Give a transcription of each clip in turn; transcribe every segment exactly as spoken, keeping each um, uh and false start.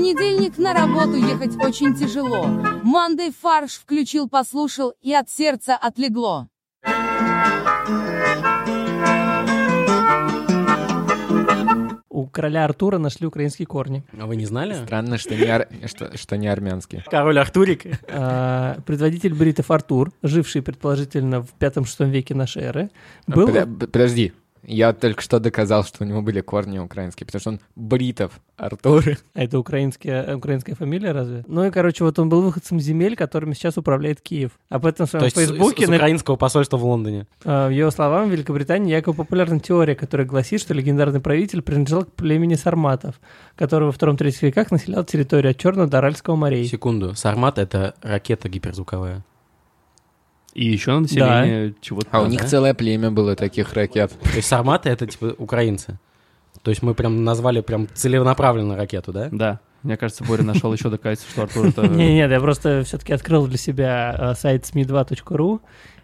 понедельник на работу ехать очень тяжело. Мандей фарш включил, послушал, и от сердца отлегло. У короля Артура нашли украинские корни. А вы не знали? Странно, что не, ар... что, что не армянский. Король Артурик. А, предводитель бритов Артур, живший предположительно в пятом-шестом веке нашей эры, был... Под... Подожди. Я только что доказал, что у него были корни украинские, потому что он бритов Артур. А это украинская, украинская фамилия разве? Ну и, короче, вот он был выходцем земель, которыми сейчас управляет Киев. Об этом в своем То есть Фейсбуке... с, с украинского посольства в Лондоне. В его словам, в Великобритании якобы популярна теория, которая гласит, что легендарный правитель принадлежал к племени сарматов, который во втором-третьем веках населял территорию от Черного до Аральского морей. Секунду. Сармат — это ракета гиперзвуковая. И еще на население да. чего-то. А у них да? целое племя было таких ракет. То есть сарматы — это типа украинцы. То есть мы прям назвали прям целенаправленно ракету, да? Да. Мне кажется, Боря нашел еще доказательство, что Артур это... Нет, я просто все-таки открыл для себя сайт эс эм и два точка ру,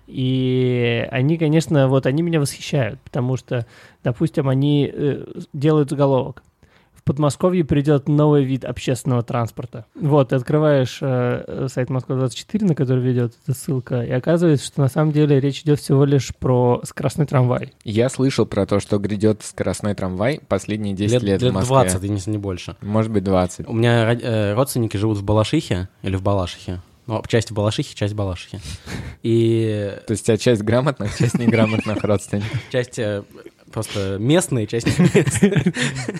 и они, конечно, вот они меня восхищают, потому что, допустим, они делают заголовок. В Подмосковье придет новый вид общественного транспорта. Вот, ты открываешь э, сайт Москва двадцать четыре, на который ведет эта ссылка, и оказывается, что на самом деле речь идет всего лишь про скоростной трамвай. Я слышал про то, что грядет скоростной трамвай последние десять лет, лет в Москве. двадцать, если не больше. Может быть, двадцать. У меня э, родственники живут в Балашихе или в Балашихе. Ну, часть в Балашихе, часть в Балашихе. И... То есть у тебя часть грамотных, часть неграмотных родственников. Часть э, просто местные, часть не местные.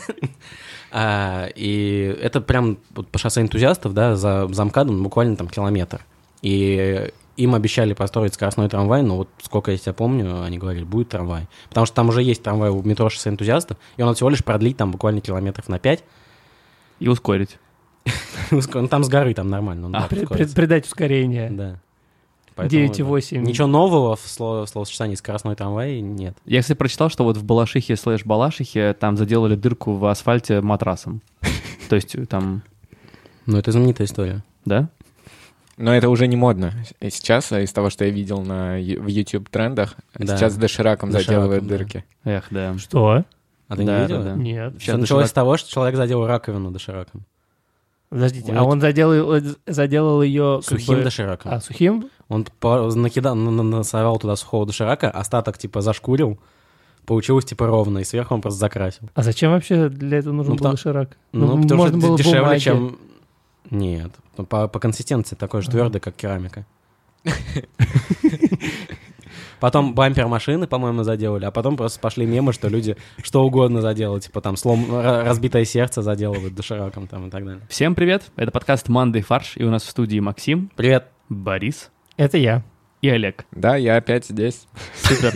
А, и это прям вот по шоссе энтузиастов, да, за, за МКАДом буквально там километр. И им обещали построить скоростной трамвай, но вот сколько я себя помню, они говорили, будет трамвай. Потому что там уже есть трамвай у метро шоссе энтузиастов, и он всего лишь продлить там буквально километров на пять. И ускорить. Ну, там с горы, там нормально. Он, а, да, при, при, придать ускорение. Да. девять и восемь. Ничего нового в слово, словосочетании скоростной трамвай нет. Я, кстати, прочитал, что вот в Балашихе слэш Балашихе там заделали дырку в асфальте матрасом. То есть там... Ну, это знаменитая история. Да? Но это уже не модно. Сейчас, из того, что я видел на, в YouTube-трендах, да. Сейчас дошираком заделывают да. дырки. Эх, да. Что? А ты да, не видел? Да, да. Нет. Все началось с того, что человек заделал раковину дошираком. Подождите, а он заделал, заделал ее... Сухим бы... дошираком. А, сухим? Он накидал, насовал туда сухого доширака, остаток типа зашкурил, получилось типа ровно, и сверху он просто закрасил. А зачем вообще для этого нужен ну, был потому... доширак? Ну, ну потому можно что было дешевле, бумаги. чем... Нет, по, по консистенции такой же твердый, как керамика. Потом бампер машины, по-моему, заделали, а потом просто пошли мемы, что люди что угодно заделают, типа там слом, разбитое сердце заделывают дошираком там и так далее. Всем привет, это подкаст «Мандей фарш», и у нас в студии Максим. Привет. Борис. Это я. И Олег. Да, я опять здесь. Супер.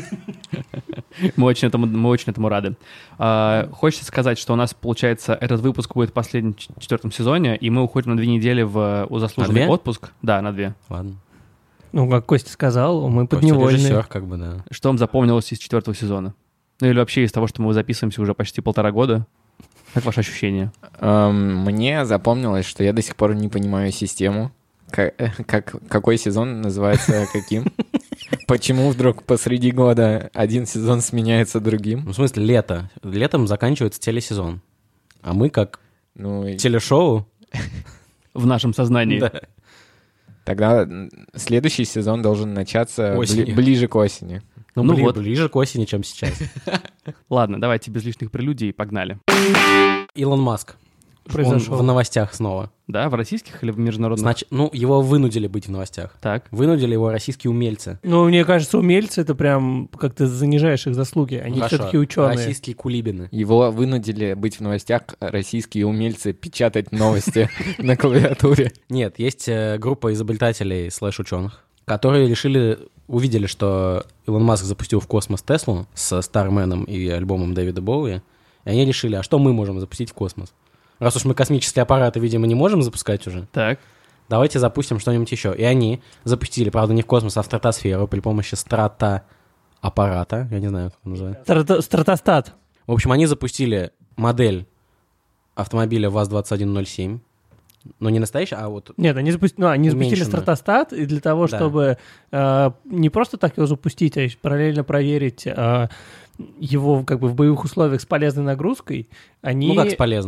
Мы очень этому, мы очень этому рады. А, хочется сказать, что у нас, получается, этот выпуск будет последний в четвертом сезоне, и мы уходим на две недели в заслуженный отпуск. Да, на две. Ладно. Ну, как Костя сказал, мы Костя подневольные. режиссер, как бы, да. Что вам запомнилось из четвертого сезона? Ну или вообще из того, что мы записываемся уже почти полтора года? Как ваше ощущение? Um, мне запомнилось, что я до сих пор не понимаю систему. Как, как, какой сезон называется каким? Почему вдруг посреди года один сезон сменяется другим? Ну, в смысле, лето. Летом заканчивается телесезон. А мы как ну, телешоу. В нашем сознании. Да. Тогда следующий сезон должен начаться бли- ближе к осени. Ну, ну бли- вот. ближе к осени, чем сейчас. Ладно, давайте без лишних прелюдий, погнали. Илон Маск. Произошел. Он в новостях снова. Да, в российских или в международных? Значит, ну, его вынудили быть в новостях. Так. Вынудили его российские умельцы. Ну, мне кажется, умельцы — это прям как-то занижаешь их заслуги. Они Хорошо. все-таки ученые. Российские кулибины. Его вынудили быть в новостях российские умельцы печатать новости на клавиатуре. Нет, есть группа изобретателей слэш-ученых, которые решили, увидели, что Илон Маск запустил в космос Теслу со Старменом и альбомом Дэвида Боуи, и они решили, а что мы можем запустить в космос? Раз уж мы космические аппараты, видимо, не можем запускать уже, так. давайте запустим что-нибудь еще. И они запустили, правда, не в космос, а в стратосферу при помощи стратоаппарата. Я не знаю, как он называется. Страто- стратостат. В общем, они запустили модель автомобиля ВАЗ двадцать один ноль семь. Но не настоящий, а вот... Нет, они, запусти... ну, они запустили уменьшенную. стратостат, и для того, Да. чтобы э, не просто так его запустить, а еще параллельно проверить э, его как бы в боевых условиях с полезной нагрузкой, они... Ну, как с полезной?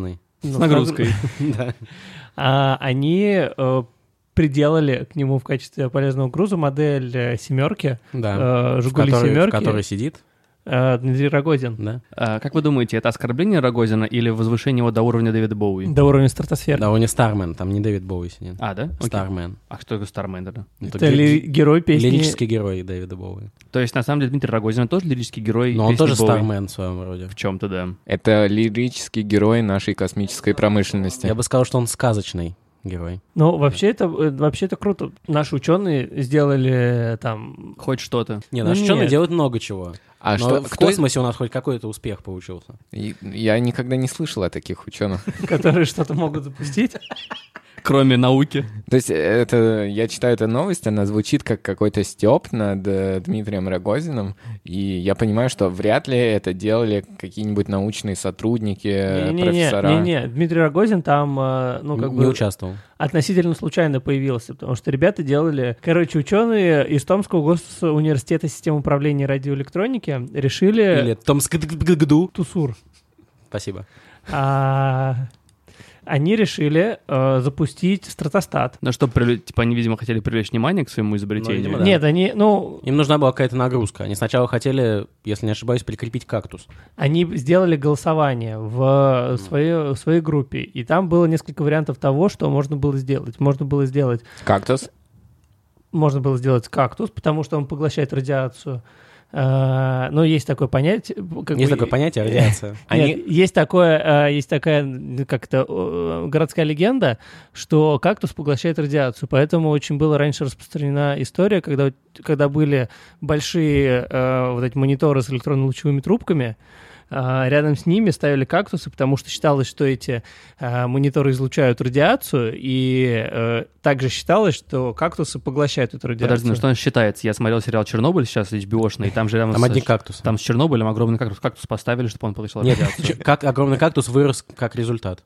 С нагрузкой. Да. А, они э, приделали к нему в качестве полезного груза модель э, семерки, Да. э, «Жигули В которой- семерки», В которой сидит, э, Дмитрий Рогозин. да. А, как вы думаете, это оскорбление Рогозина или возвышение его до уровня Дэвида Боуи? До уровня стратосферы. Да, он не Стармен, там не Дэвид Боуи сидит. А, да? Окей. Стармен. А что такое Стармен тогда? Это Это ге- ли- герой песни. лирический герой Дэвида Боуи. То есть, на самом деле, Дмитрий Рогозин тоже лирический герой Но он песни тоже Боуи? Стармен в своем роде. В чем-то, да. Это лирический герой нашей космической промышленности. Я бы сказал, что он сказочный герой. Ну, вообще это, э, вообще это круто. Наши ученые сделали э, там... Хоть что-то. Не, Ну, наши ученые нет. делают много чего. А Но что в кто из- космосе у нас хоть какой-то успех получился. И- Я никогда не слышал о таких ученых. которые что-то могут запустить. Кроме науки. То есть это, я читаю эту новость, она звучит как какой-то стёб над э, Дмитрием Рогозиным, и я понимаю, что вряд ли это делали какие-нибудь научные сотрудники, э, профессора. Не-не-не, Дмитрий Рогозин там, э, ну, как не бы участвовал. относительно случайно появился, потому что ребята делали... Короче, ученые из Томского госуниверситета систем управления радиоэлектроники решили... Или Томск-ГДУ. Тусур. Спасибо. А, они решили э, запустить стратостат. Ну, что, привле- типа, они, видимо, хотели привлечь внимание к своему изобретению. видимо, да. Нет, они, ну, Им нужна была какая-то нагрузка. Они сначала хотели, если не ошибаюсь, прикрепить кактус. они сделали голосование в своей, в своей группе, и там было несколько вариантов того, что можно было сделать. Можно было сделать, Кактус? можно было сделать кактус, потому что он поглощает радиацию. Э, Но есть такое понятие... как Есть бы- такое понятие радиация. Нет, есть такое, э, есть такая как-то э, городская легенда, что кактус поглощает радиацию, поэтому очень была раньше распространена история, когда, когда были большие э, вот эти мониторы с электронно-лучевыми трубками, э, рядом с ними ставили кактусы, потому что считалось, что эти э, мониторы излучают радиацию, и э, также считалось, что кактусы поглощают эту радиацию. Подожди, ну что считается? Я смотрел сериал «Чернобыль» сейчас, эйч би о-шный, и там же рядом Там с- одни кактусы. Там с Чернобылем огромный кактус. Кактус поставили, чтобы он поглощал Нет, радиацию. ч- как огромный кактус вырос как результат.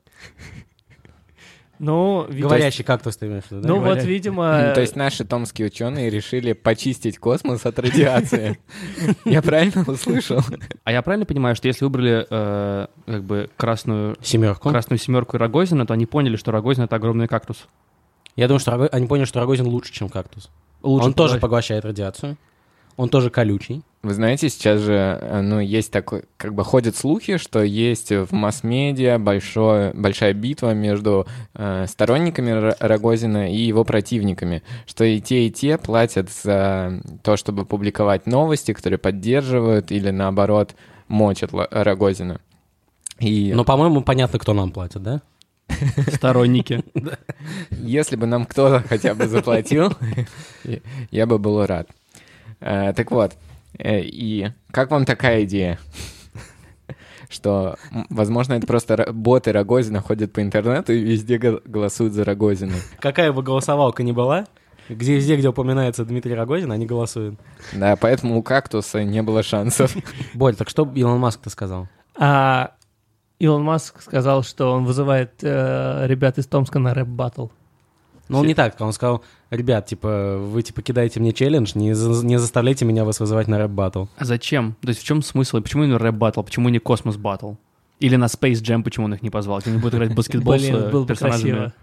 Ну, видимо, Говорящий кактус ты имеешь в виду, да? ну вот, говоря- видимо... Ну, то есть наши томские ученые решили почистить космос от радиации. Я правильно услышал? А я правильно понимаю, что если выбрали э, как бы красную, Семерку. красную семерку и Рогозина, то они поняли, что Рогозин — это огромный кактус? Я думаю, что Рого- они поняли, что Рогозин лучше, чем кактус. Лучше Он тоже поглощ- поглощает радиацию. Он тоже колючий. Вы знаете, сейчас же, э, ну, есть такой, как бы ходят слухи, что есть в масс-медиа большое, большая битва между э, сторонниками Р- Рогозина и его противниками, что и те, и те платят за то, чтобы публиковать новости, которые поддерживают или, наоборот, мочат Л- Рогозина. И Но, по-моему, понятно, кто нам платит, да? Сторонники. если бы нам кто-то хотя бы заплатил, я бы был рад. Э, Так вот, э, и как вам такая идея? Что, м, возможно, это просто ро- боты Рогозина ходят по интернету и везде гол- голосуют за Рогозина. Какая бы голосовалка ни была, где везде, где упоминается Дмитрий Рогозин, они голосуют. Да, поэтому у кактуса не было шансов. Боль, так что Илон Маск-то сказал? А Илон Маск сказал, что он вызывает э, ребят из Томска на рэп-баттл. Ну, он не так, он сказал, ребят, типа, вы, типа, кидаете мне челлендж, не, за- не заставляйте меня вас вызывать на рэп-баттл. А зачем? То есть в чем смысл? И почему именно рэп-баттл? Почему не космос-баттл? Или на Space Jam почему он их не позвал? Где они будут играть в баскетбол с Блин, э, было бы персонажами? красиво.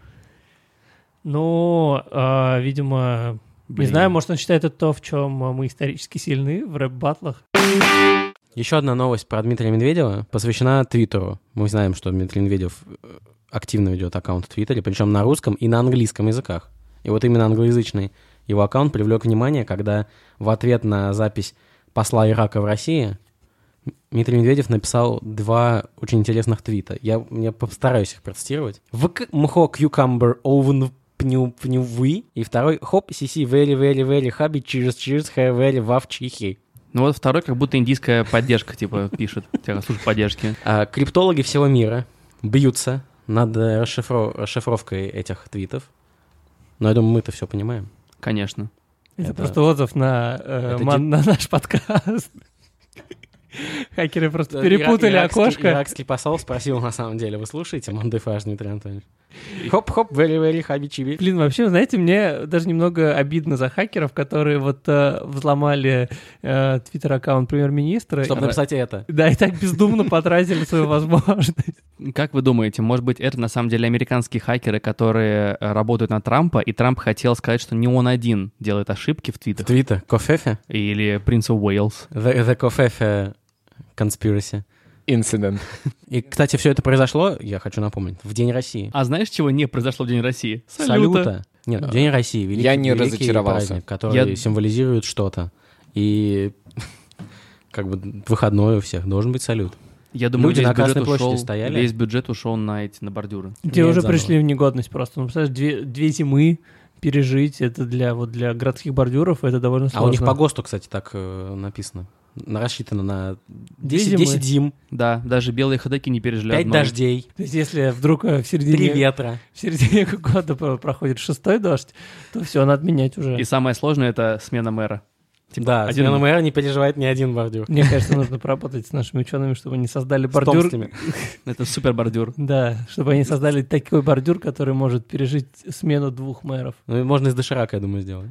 Ну, а, видимо, не Блин. знаю, может, он считает это то, в чем мы исторически сильны, в рэп-баттлах. Еще одна новость про Дмитрия Медведева посвящена Твиттеру. Мы знаем, что Дмитрий Медведев э, активно ведет аккаунт в Твиттере, причем на русском и на английском языках. И вот именно англоязычный его аккаунт привлек внимание, когда в ответ на запись посла Ирака в России Дмитрий Медведев написал два очень интересных твита. Я, я постараюсь их процитировать. «Вк мхо кьюкамбер овен пню пню вы». И второй «Хоп сиси very very very happy cheers cheers have very вав чихи». Ну вот второй как будто индийская поддержка, типа, пишет. Типа, служба поддержки. А, криптологи всего мира бьются над э, расшифро- расшифровкой этих твитов. Но я думаю, мы-то все понимаем. Конечно. Это, Это- просто отзыв на, э, это ман- ди- на наш подкаст. Хакеры просто перепутали Ира- иракский- окошко. Иракский посол спросил, на самом деле, вы слушаете Monday Flash, Дмитрий Анатольевич? Хоп-хоп, very-very хаби-чиби. Блин, вообще, знаете, мне даже немного обидно за хакеров, которые вот э, взломали э, твиттер-аккаунт премьер-министра. Чтобы И- написать это. Да, и так бездумно потратили свою возможность. Как вы думаете, может быть, это на самом деле американские хакеры, которые э, работают на Трампа, и Трамп хотел сказать, что не он один делает ошибки в твитах? Твиттер, Кофефе? Или Prince of Wales? The, the Кофефе Conspiracy. Инцидент. И, кстати, все это произошло, я хочу напомнить, в День России. А знаешь, чего не произошло в День России? Салюта. Нет, Да. День России, великий, Я не великий разочаровался. праздник, который Я- символизирует что-то. И как бы выходной у всех должен быть салют. Я думаю, Люди весь на Красной бюджет площади ушел, стояли. весь бюджет ушел на эти, на бордюры. Те Нет, уже заново. пришли в негодность просто. Ну, представляешь, две, две зимы пережить, это для, вот, для городских бордюров, это довольно сложно. А у них по ГОСТу, кстати, так э, написано. На- Рассчитано на Две десять, зимы. десять зим, Да, даже белые ходаки не пережили пять одной. дождей, То есть, если вдруг э, в середине, три ветра. в середине года про- проходит шестой дождь, то все, надо менять уже. И самое сложное — это смена мэра. Типа, Да, один- смена мэра не переживает ни один бордюр. Мне кажется, нужно поработать с нашими учеными, чтобы они создали С бордюр. толстыми. Это супер бордюр. Да, чтобы они создали такой бордюр, который может пережить смену двух мэров. Ну, и можно из доширака, я думаю, сделать.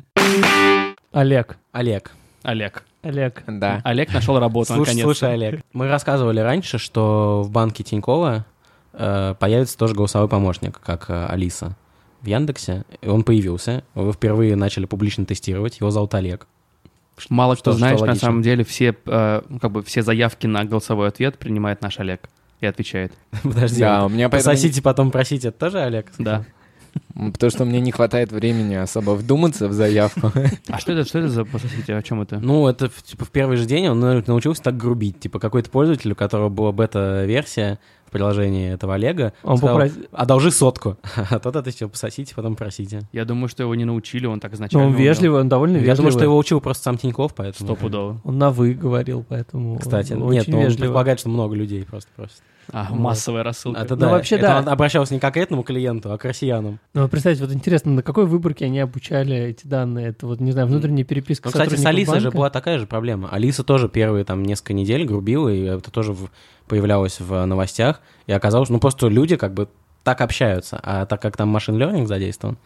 Олег. Олег. Олег. Олег. Да. Олег нашел работу, Слушай, наконец. слушай, Олег, мы рассказывали раньше, что в банке Тинькова э, появится тоже голосовой помощник, как э, Алиса в Яндексе. И он появился. Его впервые начали публично тестировать. Его зовут Олег. Мало Что- кто что знает, на логично. самом деле все, э, как бы все заявки на голосовой ответ принимает наш Олег и отвечает. Подожди. Да, а у меня поэтому... Пососите, потом просите. Это тоже Олег? Да. М, Потому что мне не хватает времени особо вдуматься в заявку. А что это, что это за пососите? О чем это? Ну, это в- типа в первый же день он наверное, научился так грубить. Типа какой-то пользователь, у которого была бета-версия в приложении этого Олега, Он сказал, попросил- одолжи сотку. А тот ответил, пососите, потом просите. Я думаю, что его не научили, он так Но изначально он умел. вежливый, он довольно Я вежливый. думаю, что его учил просто сам Тиньков, поэтому... Стопудово. Он на «вы» говорил, поэтому Кстати, он нет, очень но он вежливый. предполагает, что много людей просто просит. А, Вот. массовая рассылка. Это Ну, да, вообще, это да. он обращался не к конкретному клиенту, а к россиянам. Ну, вот представьте, вот интересно, на какой выборке они обучали эти данные? Это вот, не знаю, внутренняя переписка Ну, кстати, с сотрудников Алисой же банка? была такая же проблема. Алиса тоже первые там несколько недель грубила, и это тоже в- появлялось в новостях. И оказалось, ну, просто люди как бы так общаются. А так как там машин-лернинг задействован,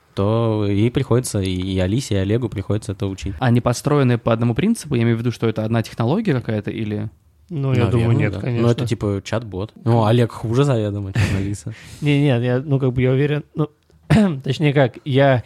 то ей приходится, и, и Алисе, и Олегу приходится это учить. Они построены по одному принципу? Я имею в виду, что это одна технология какая-то или... Ну, я Наверное, думаю, нет, да. конечно. Ну, это типа чат-бот. Ну, Олег хуже заведомо, чем Алиса. Не, нет, я, ну, как бы я уверен, ну, точнее как, я,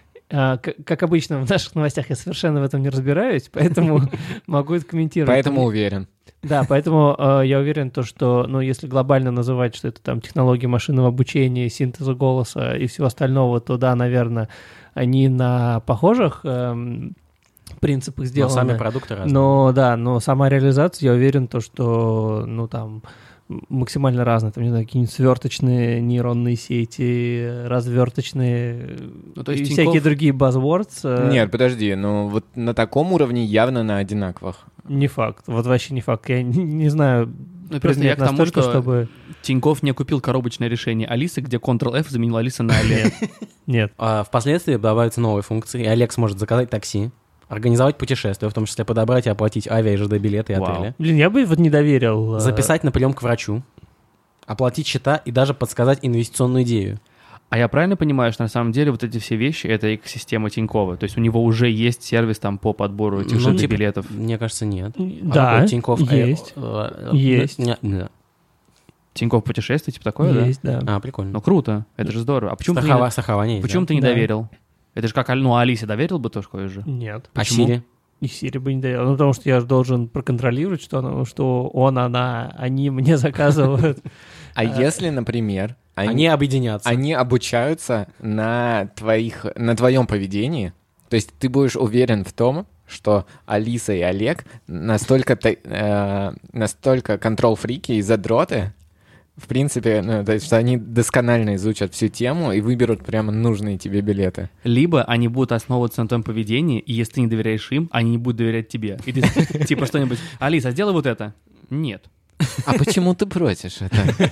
а, к- как обычно в наших новостях, я совершенно в этом не разбираюсь, поэтому могу это комментировать. Поэтому уверен. Да, поэтому э, я уверен, то, что, ну, если глобально называть, что это там технологии машинного обучения, синтеза голоса и всего остального, то да, наверное, они на похожих эм, принципах Но сделаны. сами продукты разные. Но да, но сама реализация, я уверен, то, что, ну, там максимально разные, там, не знаю, какие-нибудь сверточные нейронные сети, разверточные Ну, то есть и Тинькофф- всякие другие buzzwords. э, Нет, подожди, ну вот на таком уровне явно на одинаковых. Не факт, вот вообще не факт. Я не, не знаю Ну, просто я предмет к тому, настолько, что чтобы... Тинькофф не купил коробочное решение Алисы, где контрол-эф заменил Алиса на Олег. Нет. А впоследствии добавятся новые функции, и Олег сможет заказать такси, организовать путешествие, в том числе подобрать и оплатить авиа и ЖД-билеты и Вау. отели, Блин, я бы вот не доверил. э, записать на прием к врачу, оплатить счета и даже подсказать инвестиционную идею. А я правильно понимаю, что на самом деле вот эти все вещи — это экосистема Тинькова? То есть у него уже есть сервис там по подбору этих Ну, типа, ЖД-билетов? Мне кажется, нет. А Да, какой Тинькофф? Э, есть. э, э, Есть. не- не. Тинькофф путешествие, типа такое, Есть, да. А, прикольно. да? Ну круто, это же здорово. А почему, ты не, Страхова- страхование есть, почему да? ты не Да. доверил? Это же как, Аль- ну, Алисе доверил бы тоже такое же? Нет. А Почему? Сири? И Сири бы не доверил. Ну, потому что я же должен проконтролировать, что, она, что он, она, они мне заказывают. А если, например, Они они, объединятся. они обучаются на, твоих, на твоем поведении, то есть ты будешь уверен в том, что Алиса и Олег настолько, та- э, настолько контрол-фрики и задроты, в принципе, ну, то есть, что они досконально изучат всю тему и выберут прямо нужные тебе билеты. Либо они будут основываться на твоем поведении, и если ты не доверяешь им, они не будут доверять тебе. И ты типа что-нибудь: Алиса, сделай вот это. Нет. А почему ты просишь это?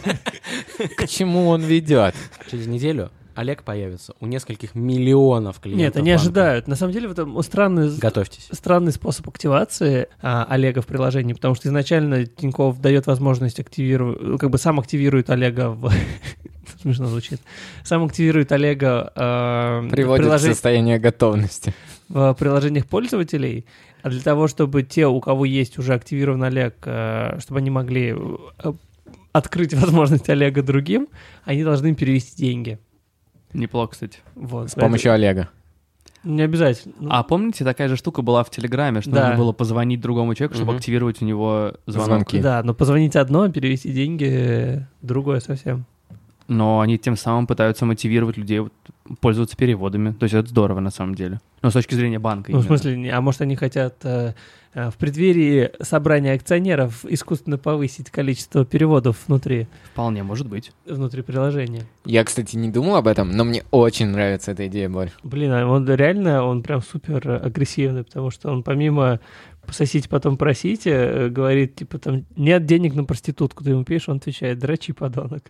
К чему он ведет? Через неделю Олег появится у нескольких миллионов клиентов. Нет, они банка. ожидают. На самом деле в этом странный, Готовьтесь. странный способ активации а, Олега в приложении, потому что изначально Тинькофф дает возможность активировать, как бы сам активирует Олега в... Смешно звучит. Сам активирует Олега э, в Приводит прилож- в состояние готовности. в приложениях пользователей, а для того, чтобы те, у кого есть уже активирован Олег, э, чтобы они могли э, открыть возможность Олега другим, они должны им перевести деньги. Неплохо, кстати. Вот, С помощью Олега. Не обязательно. Ну, А помните, такая же штука была в Телеграме, что Да. нужно было позвонить другому человеку, чтобы Мгм. активировать у него звонок. Звонки. Да, но позвонить одно, перевести деньги э, другое совсем. Но они тем самым пытаются мотивировать людей вот пользоваться переводами. То есть это здорово на самом деле. Но с точки зрения банка. Ну, в именно. смысле, не- а может, они хотят э, э, в преддверии собрания акционеров искусственно повысить количество переводов внутри, Вполне может быть. внутри приложения. Я, кстати, не думал об этом, но мне очень нравится эта идея, Борь. Блин, а он реально, он прям супер агрессивный, потому что он помимо «пососите, потом просите», э, говорит, типа, там, нет денег на проститутку, ты ему пишешь, он отвечает, дрочи, подонок.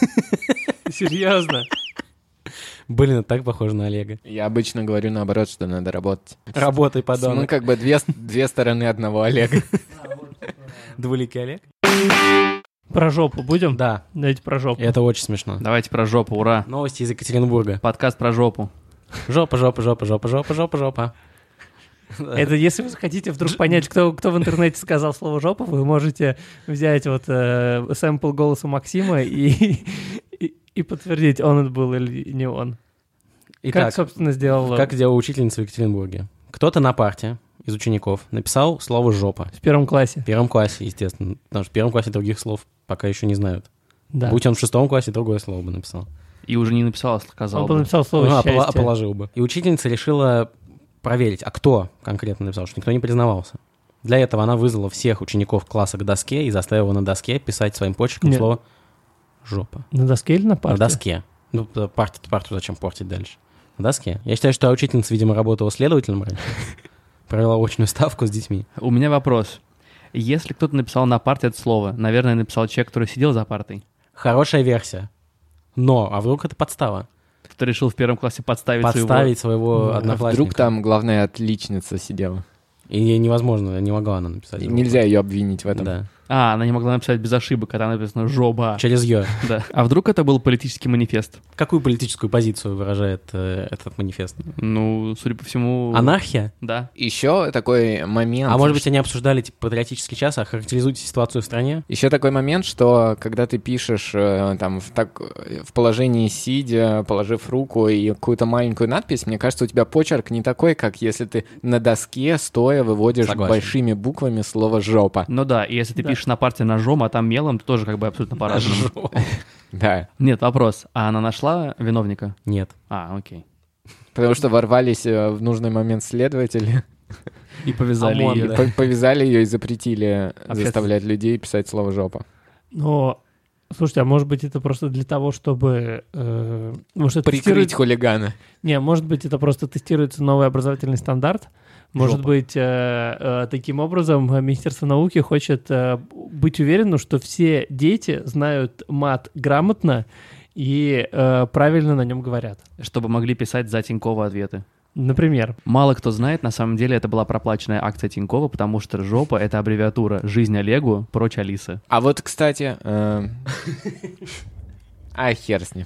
Серьезно? Блин, это так похоже на Олега. Я обычно говорю наоборот, что надо работать. Работай, Мы подонок. как бы две, две стороны одного Олега. Двуликий Олег? Про жопу будем? Да, Давайте про жопу. это очень смешно. Давайте про жопу, ура. Новости из Екатеринбурга. Подкаст про жопу. Жопа, жопа, жопа, жопа, жопа, жопа, жопа. Это если вы хотите вдруг понять, кто, кто в интернете сказал слово «жопа», вы можете взять вот э, сэмпл голоса Максима и, и, и подтвердить, он это был или не он. Итак, как, собственно, сделал как сделала учительница в Екатеринбурге? Кто-то на парте из учеников написал слово «жопа». в первом классе. В первом классе, естественно. Потому что в первом классе других слов пока еще не знают. Да. Будь он в шестом классе, другое слово бы написал. И уже не написал, а сказал Он бы бы. написал слово Ну, а «счастье». пола- а положил бы. И учительница решила проверить, а кто конкретно написал, что никто не признавался. Для этого она вызвала всех учеников класса к доске и заставила на доске писать своим почерком Нет. слово «жопа». На доске или на парте? На доске. Ну, парту, парту зачем портить дальше? На доске. Я считаю, что учительница, видимо, работала следователем раньше. Провела очную ставку с детьми. У меня вопрос. Если кто-то написал на парте это слово, наверное, написал человек, который сидел за партой, Хорошая версия. Но, а вдруг это подстава? кто решил в первом классе подставить, Подставить своего Да. одноклассника. Вдруг там главная отличница сидела. И ей невозможно, не могла она написать. И нельзя ее обвинить в этом. Да. своего... А, она не могла написать без ошибок, когда написано «жоба». Через «ё». Да. А вдруг это был политический манифест? Какую политическую позицию выражает э, этот манифест? Ну, судя по всему... Анархия? Да. Еще такой момент. А может быть, они обсуждали типа патриотический час, а характеризуйте ситуацию в стране? Еще такой момент, что когда ты пишешь э, там в, так, в положении сидя, положив руку и какую-то маленькую надпись, мне кажется, у тебя почерк не такой, как если ты на доске стоя выводишь Согласен. большими буквами слово «жопа». Ну да, и если ты Да. пишешь на парте ножом, а там мелом, то тоже как бы абсолютно по-разному. Да, Нет, вопрос. А она нашла виновника? Нет. А, окей. потому что ворвались э, в нужный момент следователи, И повязали ОМОН, ее. да. по- повязали ее и запретили Общественно- заставлять людей писать слово «жопа». Но, слушайте, а может быть, это просто для того, чтобы... э, может, это Прикрыть тестирует- хулигана. Не, может быть, это просто тестируется новый образовательный стандарт. Может Жопа. быть, э, э, таким образом э, Министерство науки хочет э, быть уверенным, что все дети знают мат грамотно и э, правильно на нем говорят. Чтобы могли писать за Тинькова ответы. Например. Мало кто знает, на самом деле это была проплаченная акция Тинькова, потому что «жопа» — это аббревиатура «Жизнь Олегу, прочь Алисы». А вот, кстати... э, А, хер с ним.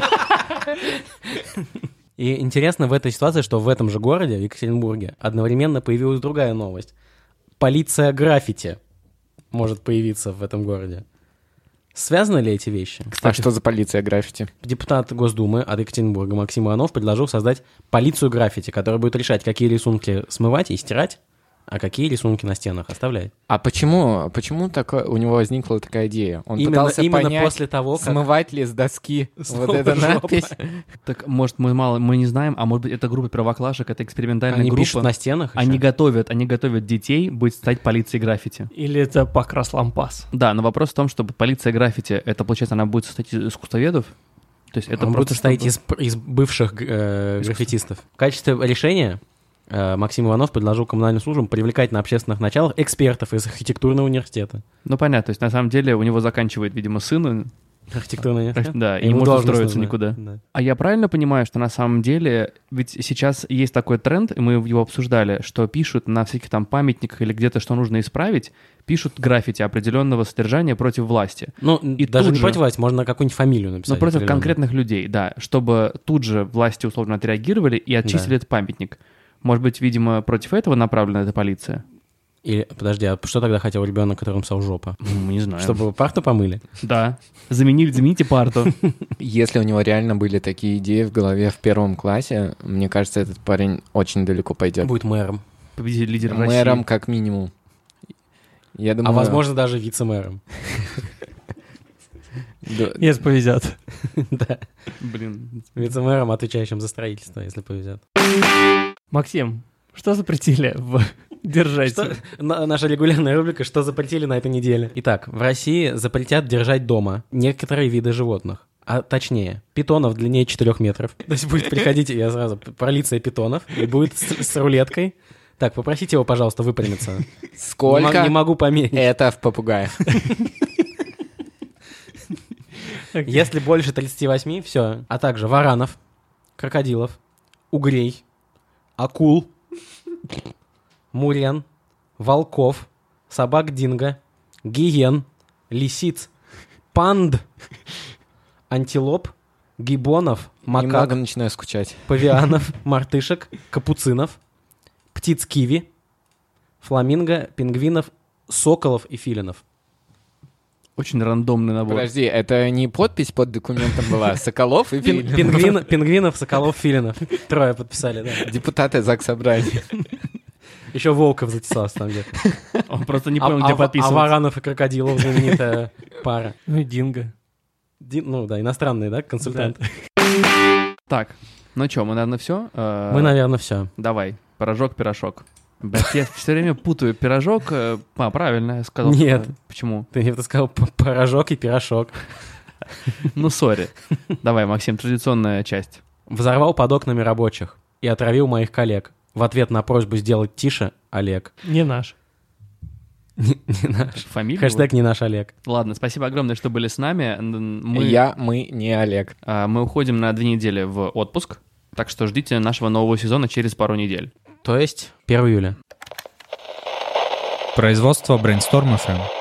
И интересно в этой ситуации, что в этом же городе, в Екатеринбурге, одновременно появилась другая новость. Полиция граффити может появиться в этом городе. Связаны ли эти вещи? А что за полиция граффити? Депутат Госдумы от Екатеринбурга Максим Иванов предложил создать полицию граффити, которая будет решать, какие рисунки смывать и стирать, а какие рисунки на стенах оставлять. А почему, почему такое, у него возникла такая идея? Он Именно, пытался именно понять, после того, как... смывать ли с доски Слово вот эта «жопа». надпись. Так, может, мы мало, мы не знаем, а может быть, это группа первоклашек, это экспериментальная Они группа. пишут на стенах Они ещё? готовят, они готовят детей быть стать полицией граффити. Или это Покрас Лампас. Да, но вопрос в том, чтобы полиция граффити, это, получается, она будет состоять из искусствоведов? То есть это Он будет просто состоять чтобы- из, из бывших э, граффитистов. В качестве решения э, Максим Иванов предложил коммунальным службам привлекать на общественных началах экспертов из архитектурного университета. Ну, понятно, то есть на самом деле у него заканчивает, видимо, сын, Архитектурный университет? да, и Ему не может должность устроиться нужна. никуда. Да. А я правильно понимаю, что на самом деле, ведь сейчас есть такой тренд, и мы его обсуждали, что пишут на всяких там памятниках или где-то, что нужно исправить, пишут граффити определенного содержания против власти. Ну, И даже тут не же- против власти, можно какую-нибудь фамилию написать. Но против определенную. конкретных людей, да, чтобы тут же власти условно отреагировали и очистили Да. этот памятник. Может быть, видимо, против этого направлена эта полиция? Или, подожди, а что тогда хотел ребенок, которому сал жопа? Мы не знаем. Чтобы парту помыли? Да. Заменили, замените парту. Если у него реально были такие идеи в голове в первом классе, мне кажется, этот парень очень далеко пойдет. Будет мэром. Победитель лидер России. Мэром как минимум. Я думаю... А возможно даже вице-мэром. Если повезет. Да. Блин. Вице-мэром, отвечающим за строительство, если повезет. Максим, что запретили в держать? Что? На- наша регулярная рубрика «Что запретили на этой неделе?». Итак, в России запретят держать дома некоторые виды животных. А точнее, питонов длиннее четырех метров. То есть будет приходить, я сразу, полиция питонов, и будет с, с рулеткой. Так, попросите его, пожалуйста, выпрямиться. Сколько? Не, м- не могу померить. Это в попугаях. Если больше тридцати восьми, все. А также варанов, крокодилов, угрей, акул, мурен, волков, собак динго, гиен, лисиц, панд, антилоп, гибонов, макак, Немного начинаю скучать. павианов, мартышек, капуцинов, птиц киви, фламинго, пингвинов, соколов и филинов. Очень рандомный набор. Подожди, это не подпись под документом была? Соколов и Пин- Филин. пингвин- пингвинов, соколов, филинов. Трое подписали, да. Депутаты Заксобрания. Еще Волков затесался там где-то. Он просто не А, понял, а- где а подписываться. варанов и крокодилов знаменитая пара. Ну и динго. Ди- Ну да, иностранные, да, консультанты. Так, ну что, мы, наверное, все? Мы, наверное, все. Давай, пирожок-пирожок. Блять, я все время путаю пирожок. э, А, правильно, я сказал. Нет. что- Почему? Ты это сказал п- пирожок и пирожок. Ну, сори. Давай, Максим, традиционная часть. Взорвал под окнами рабочих и отравил моих коллег. В ответ на просьбу сделать тише Олег. Не наш. Не, не наш. Фамилия? Хэштег не наш Олег. Ладно, спасибо огромное, что были с нами. Н- Мы, Я, мы, не Олег. а, мы уходим на две недели в отпуск, так что ждите нашего нового сезона через пару недель. То есть первого июля. Производство Brainstorm эф эм.